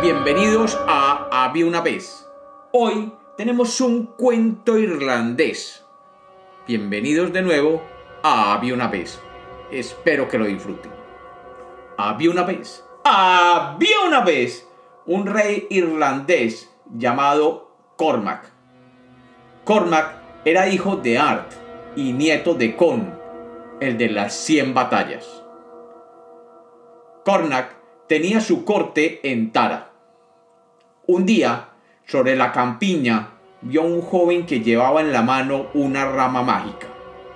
Bienvenidos a Había una vez. Hoy tenemos un cuento irlandés. Bienvenidos de nuevo a Había una vez. Espero que lo disfruten. Había una vez un rey irlandés llamado Cormac. Cormac era hijo de Art y nieto de Con, el de las 100 batallas. Cormac tenía su corte en Tara. Un día, sobre la campiña, vio a un joven que llevaba en la mano una rama mágica.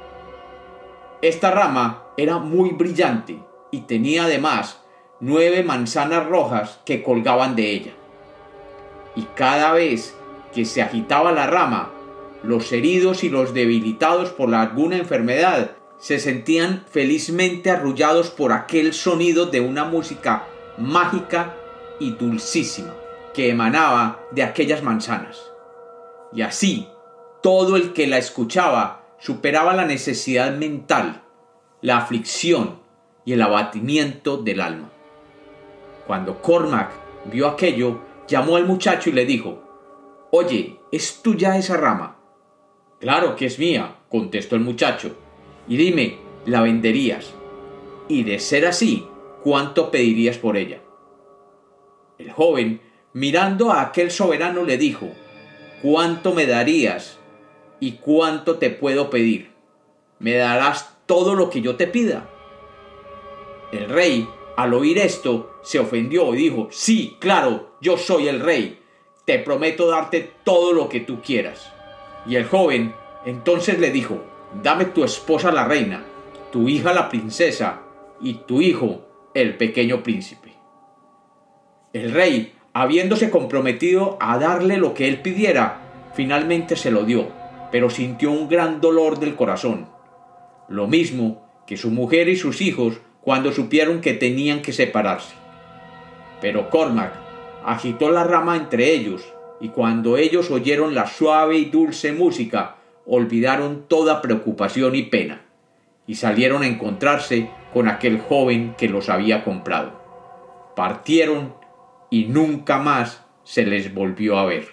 Esta rama era muy brillante y tenía además 9 manzanas rojas que colgaban de ella. Y cada vez que se agitaba la rama, los heridos y los debilitados por alguna enfermedad se sentían felizmente arrullados por aquel sonido de una música mágica y dulcísima que emanaba de aquellas manzanas. Y así, todo el que la escuchaba superaba la necesidad mental, la aflicción y el abatimiento del alma. Cuando Cormac vio aquello, llamó al muchacho y le dijo: «Oye, ¿es tuya esa rama?» «Claro que es mía», contestó el muchacho. «Y dime, ¿la venderías? Y de ser así, ¿cuánto pedirías por ella?» El joven, mirando a aquel soberano, le dijo: «¿Cuánto me darías? ¿Y cuánto te puedo pedir? ¿Me darás todo lo que yo te pida?» El rey, al oír esto, se ofendió y dijo: «Sí, claro, yo soy el rey. Te prometo darte todo lo que tú quieras». Y el joven entonces le dijo: «Dame tu esposa la reina, tu hija la princesa y tu hijo el pequeño príncipe». El rey, habiéndose comprometido a darle lo que él pidiera, finalmente se lo dio, pero sintió un gran dolor del corazón, lo mismo que su mujer y sus hijos cuando supieron que tenían que separarse. Pero Cormac agitó la rama entre ellos, y cuando ellos oyeron la suave y dulce música, olvidaron toda preocupación y pena, y salieron a encontrarse con aquel joven que los había comprado. Partieron y nunca más se les volvió a ver.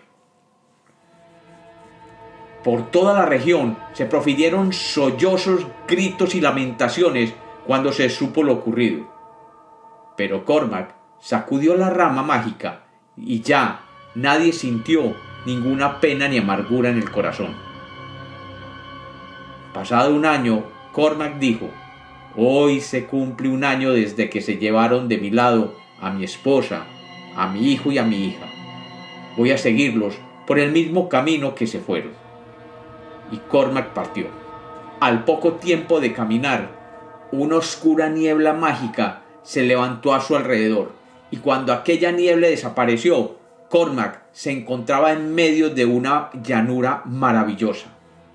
Por toda la región se profirieron sollozos, gritos y lamentaciones cuando se supo lo ocurrido. Pero Cormac sacudió la rama mágica y ya nadie sintió ninguna pena ni amargura en el corazón. Pasado un año, Cormac dijo: «Hoy se cumple un año desde que se llevaron de mi lado a mi esposa, a mi hijo y a mi hija. Voy a seguirlos por el mismo camino que se fueron». Y Cormac partió. Al poco tiempo de caminar, una oscura niebla mágica se levantó a su alrededor, y cuando aquella niebla desapareció, Cormac se encontraba en medio de una llanura maravillosa.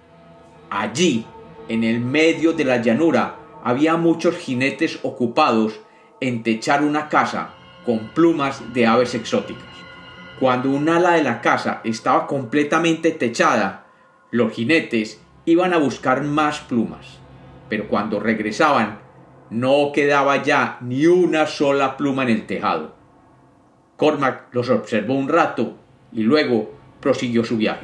Allí, en el medio de la llanura, había muchos jinetes ocupados en techar una casa con plumas de aves exóticas. Cuando un ala de la casa estaba completamente techada, los jinetes iban a buscar más plumas, pero cuando regresaban, no quedaba ya ni una sola pluma en el tejado. Cormac los observó un rato y luego prosiguió su viaje.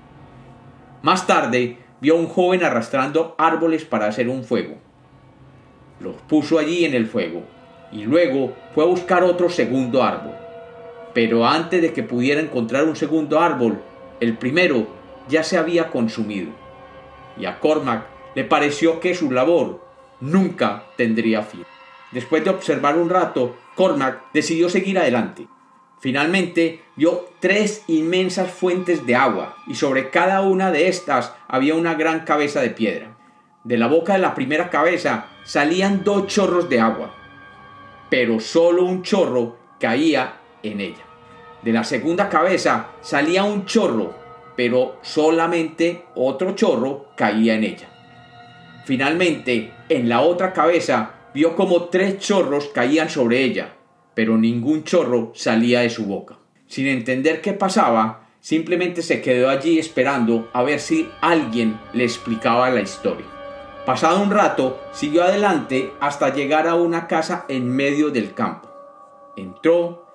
Más tarde, vio a un joven arrastrando árboles para hacer un fuego. Los puso allí en el fuego y luego fue a buscar otro segundo árbol. Pero antes de que pudiera encontrar un segundo árbol, el primero ya se había consumido. Y a Cormac le pareció que su labor nunca tendría fin. Después de observar un rato, Cormac decidió seguir adelante. Finalmente vio 3 inmensas fuentes de agua, y sobre cada una de estas había una gran cabeza de piedra. De la boca de la primera cabeza salían 2 chorros de agua, pero solo un chorro caía en ella. De la segunda cabeza salía un chorro, pero solamente otro chorro caía en ella. Finalmente, en la otra cabeza vio como 3 chorros caían sobre ella, pero ningún chorro salía de su boca. Sin entender qué pasaba, simplemente se quedó allí esperando a ver si alguien le explicaba la historia. Pasado un rato, siguió adelante hasta llegar a una casa en medio del campo. Entró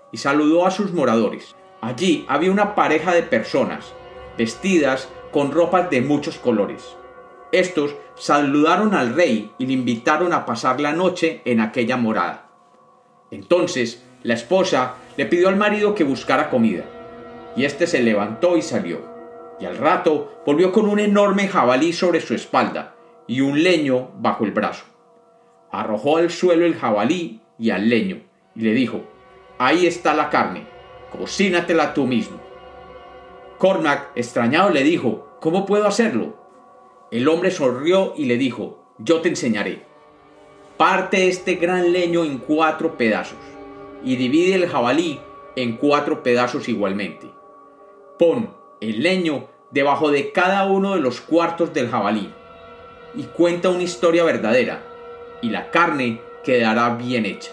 y saludó a sus moradores. Allí había una pareja de personas, vestidas con ropas de muchos colores. Estos saludaron al rey y le invitaron a pasar la noche en aquella morada. Entonces la esposa le pidió al marido que buscara comida, y éste se levantó y salió, y al rato volvió con un enorme jabalí sobre su espalda y un leño bajo el brazo. Arrojó al suelo el jabalí y al leño, y le dijo: «Ahí está la carne, cocínatela tú mismo». Cormac, extrañado, le dijo: «¿Cómo puedo hacerlo?». El hombre sonrió y le dijo: «Yo te enseñaré. Parte este gran leño en 4 pedazos y divide el jabalí en 4 pedazos igualmente. Pon el leño debajo de cada uno de los cuartos del jabalí y cuenta una historia verdadera, y la carne quedará bien hecha».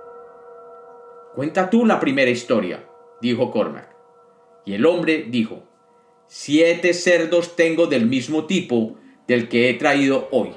«Cuenta tú la primera historia», dijo Cormac. Y el hombre dijo: «7 cerdos tengo del mismo tipo del que he traído hoy,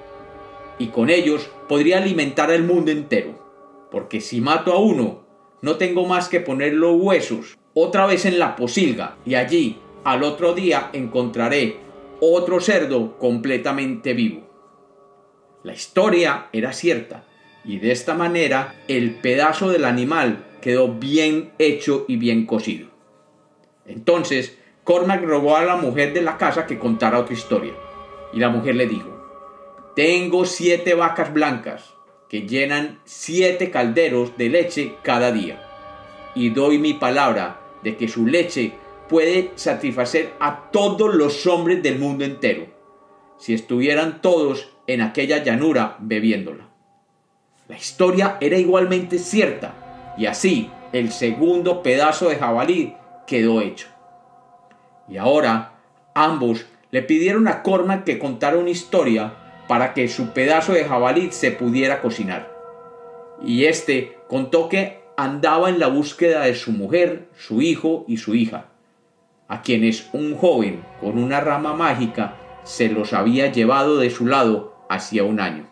y con ellos podría alimentar al mundo entero, porque si mato a uno, no tengo más que poner los huesos otra vez en la pocilga, y allí al otro día encontraré otro cerdo completamente vivo». La historia era cierta, y de esta manera el pedazo del animal quedó bien hecho y bien cocido. Entonces Cormac rogó a la mujer de la casa que contara otra historia, y la mujer le dijo: «Tengo 7 vacas blancas que llenan 7 calderos de leche cada día, y doy mi palabra de que su leche puede satisfacer a todos los hombres del mundo entero, si estuvieran todos en aquella llanura bebiéndola». La historia era igualmente cierta, y así el segundo pedazo de jabalí quedó hecho. Y ahora ambos le pidieron a Cormac que contara una historia para que su pedazo de jabalí se pudiera cocinar. Y este contó que andaba en la búsqueda de su mujer, su hijo y su hija, a quienes un joven con una rama mágica se los había llevado de su lado hacía un año.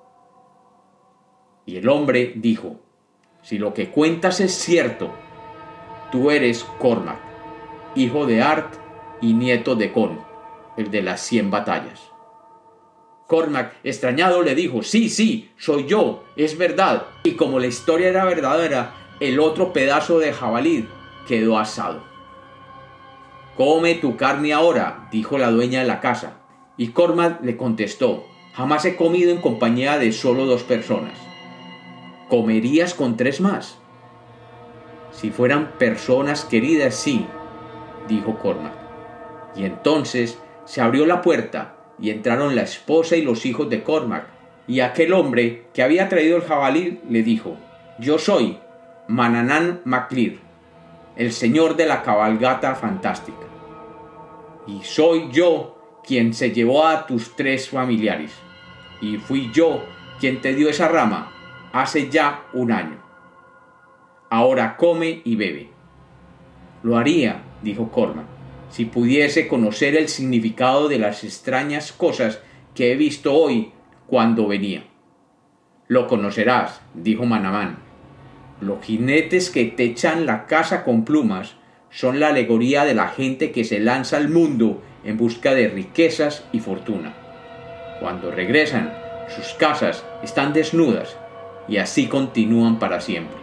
Y el hombre dijo: «Si lo que cuentas es cierto, tú eres Cormac, hijo de Art y nieto de Con, el de las 100 batallas». Cormac, extrañado, le dijo: Sí, soy yo, es verdad». Y como la historia era verdadera, el otro pedazo de jabalí quedó asado. «Come tu carne ahora», dijo la dueña de la casa. Y Cormac le contestó: «Jamás he comido en compañía de solo 2 personas». «¿Comerías con 3 más?» «Si fueran personas queridas, sí», dijo Cormac. Y entonces se abrió la puerta y entraron la esposa y los hijos de Cormac, y aquel hombre que había traído el jabalí le dijo: «Yo soy Manannán mac Lir, el señor de la cabalgata fantástica, y soy yo quien se llevó a tus 3 familiares, y fui yo quien te dio esa rama hace ya un año. Ahora come y bebe». «Lo haría», dijo Cormac, «si pudiese conocer el significado de las extrañas cosas que he visto hoy cuando venía». «Lo conocerás», dijo Manamán. «Los jinetes que techan la casa con plumas son la alegoría de la gente que se lanza al mundo en busca de riquezas y fortuna. Cuando regresan, sus casas están desnudas, y así continúan para siempre.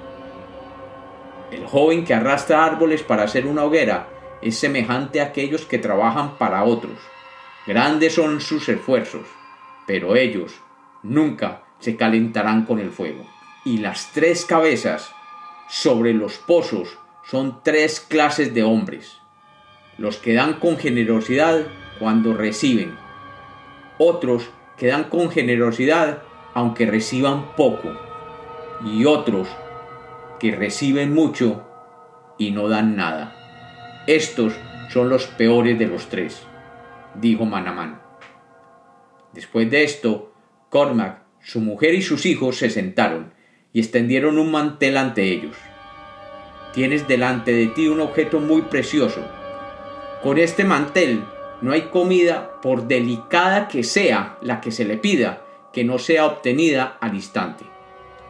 El joven que arrastra árboles para hacer una hoguera es semejante a aquellos que trabajan para otros. Grandes son sus esfuerzos, pero ellos nunca se calentarán con el fuego. Y las 3 cabezas sobre los pozos son 3 clases de hombres: los que dan con generosidad cuando reciben, otros que dan con generosidad aunque reciban poco, y otros que reciben mucho y no dan nada. Estos son los peores de los 3, dijo Manamán. Después de esto, Cormac, su mujer y sus hijos se sentaron y extendieron un mantel ante ellos. «Tienes delante de ti un objeto muy precioso. Con este mantel no hay comida, por delicada que sea la que se le pida, que no sea obtenida al instante.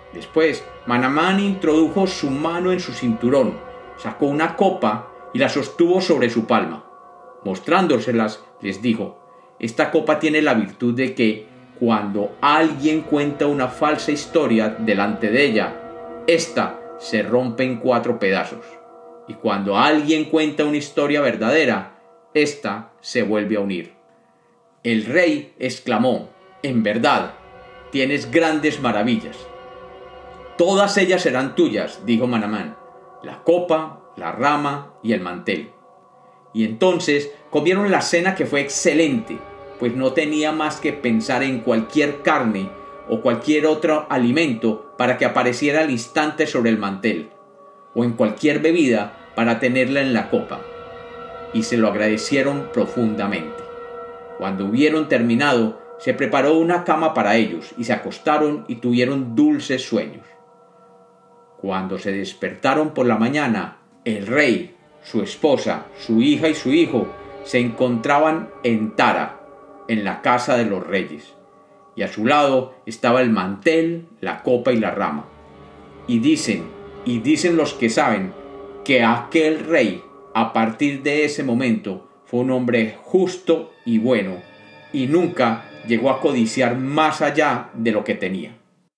Después, Manamán introdujo su mano en su cinturón, sacó una copa y la sostuvo sobre su palma. Mostrándoselas, les dijo: esta copa tiene la virtud de que, cuando alguien cuenta una falsa historia delante de ella, ésta se rompe en 4 pedazos. Y cuando alguien cuenta una historia verdadera, ésta se vuelve a unir. El rey exclamó: en verdad, tienes grandes maravillas. Todas ellas serán tuyas, dijo Manamán: la copa, la rama y el mantel. Y entonces comieron la cena, que fue excelente, pues no tenía más que pensar en cualquier carne o cualquier otro alimento para que apareciera al instante sobre el mantel, o en cualquier bebida para tenerla en la copa. Y se lo agradecieron profundamente. Cuando hubieron terminado, se preparó una cama para ellos, y se acostaron y tuvieron dulces sueños. Cuando se despertaron por la mañana, el rey, su esposa, su hija y su hijo se encontraban en Tara, en la casa de los reyes, y a su lado estaba el mantel, la copa y la rama. Y dicen los que saben, que aquel rey, a partir de ese momento, fue un hombre justo y bueno, y nunca llegó a codiciar más allá de lo que tenía.